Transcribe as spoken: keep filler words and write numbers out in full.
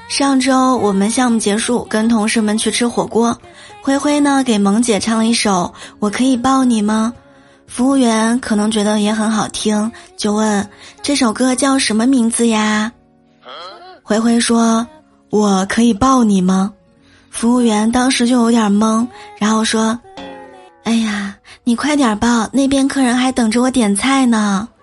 上周我们项目结束，跟同事们去吃火锅，灰灰呢给萌姐唱了一首《我可以抱你吗》，服务员可能觉得也很好听，就问这首歌叫什么名字呀？灰灰说我可以抱你吗？服务员当时就有点懵，然后说哎呀，你快点抱，那边客人还等着我点菜呢。